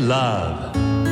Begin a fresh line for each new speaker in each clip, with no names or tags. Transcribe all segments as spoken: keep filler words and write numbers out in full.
Love。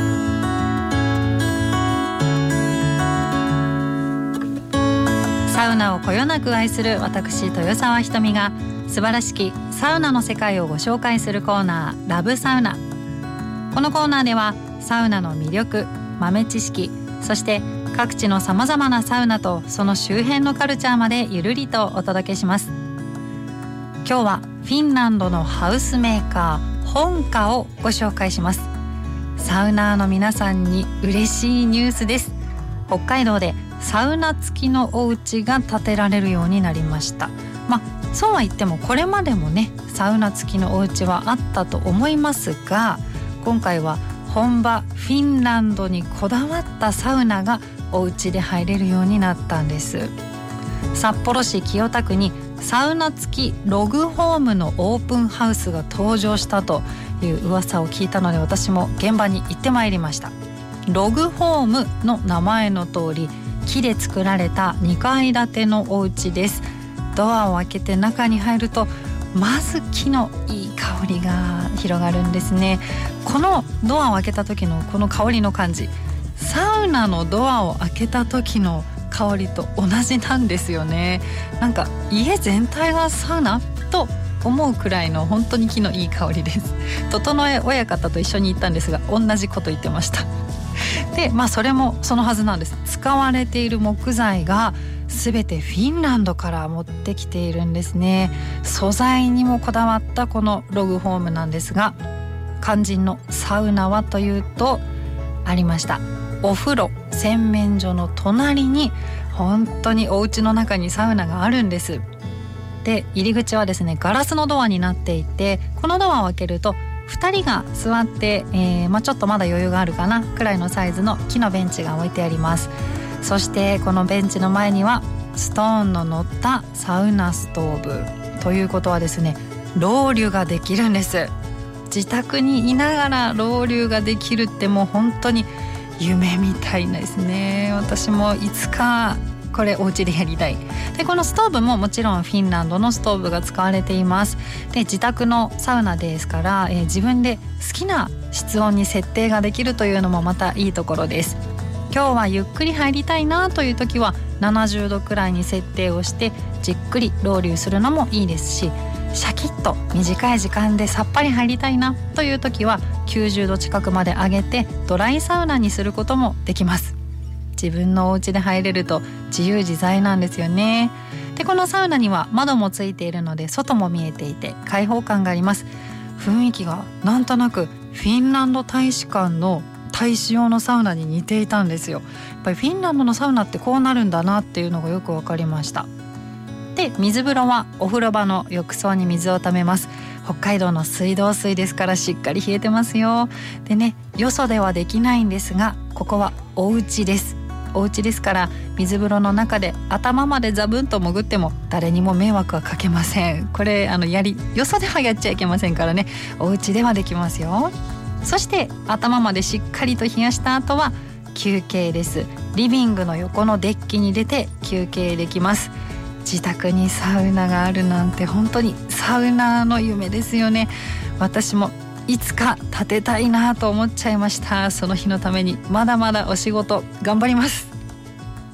サウナをこよなく愛する私豊沢ひとみが素晴らしきサウナの世界をご紹介するコーナー、ラブサウナ。このコーナーではサウナの魅力、豆知識、そして各地のさまざまなサウナとその周辺のカルチャーまでゆるりとお届けします。今日はフィンランドのハウスメーカー本家をご紹介します。サウナーの皆さんに嬉しいニュースです。北海道でサウナ付きのお家が建てられるようになりました。まあそうは言ってもこれまでもねサウナ付きのお家はあったと思いますが、今回は本場フィンランドにこだわったサウナがお家で入れるようになったんです。札幌市清田区にサウナ付きログホームのオープンハウスが登場したという噂を聞いたので、私も現場に行ってまいりました。ログホームの名前の通り木で作られたにかい建てのお家です。ドアを開けて中に入るとまず木のいい香りが広がるんですね。このドアを開けた時のこの香りの感じ、サウナのドアを開けた時の香りと同じなんですよね。なんか家全体がサウナと思うくらいの本当に木のいい香りです。整え親方と一緒に行ったんですが同じこと言ってました。で、まあそれもそのはずなんです。使われている木材が全てフィンランドから持ってきているんですね。素材にもこだわったこのログホームなんですが、肝心のサウナはというとありました。お風呂洗面所の隣に本当にお家の中にサウナがあるんです。で、入り口はですねガラスのドアになっていて、このドアを開けるとふたりが座って、えーまあ、ちょっとまだ余裕があるかなくらいのサイズの木のベンチが置いてあります。そしてこのベンチの前にはストーンの乗ったサウナストーブということはですね、ロウリュができるんです。自宅にいながらロウリュができるってもう本当に夢みたいですね。私もいつかこれお家でやりたい。で、このストーブももちろんフィンランドのストーブが使われています。で、自宅のサウナですから、えー、自分で好きな室温に設定ができるというのもまたいいところです。今日はゆっくり入りたいなという時はななじゅうどくらいに設定をしてじっくりロウリュするのもいいですし、シャキッと短い時間でさっぱり入りたいなという時はきゅうじゅうど近くまで上げてドライサウナにすることもできます。自分のお家で入れると自由自在なんですよね。で、このサウナには窓もついているので外も見えていて開放感があります。雰囲気がなんとなくフィンランド大使館の大使用のサウナに似ていたんですよ。やっぱりフィンランドのサウナってこうなるんだなっていうのがよく分かりました。で、水風呂はお風呂場の浴槽に水をためます。北海道の水道水ですからしっかり冷えてますよ。でね、よそではできないんですがここはお家です。お家ですから水風呂の中で頭までザブンと潜っても誰にも迷惑はかけません。これあのやりよそではやっちゃいけませんからね、お家ではできますよ。そして頭までしっかりと冷やした後は休憩です。リビングの横のデッキに出て休憩できます。自宅にサウナがあるなんて本当にサウナーの夢ですよね。私もいつか建てたいなと思っちゃいました。その日のためにまだまだお仕事頑張ります。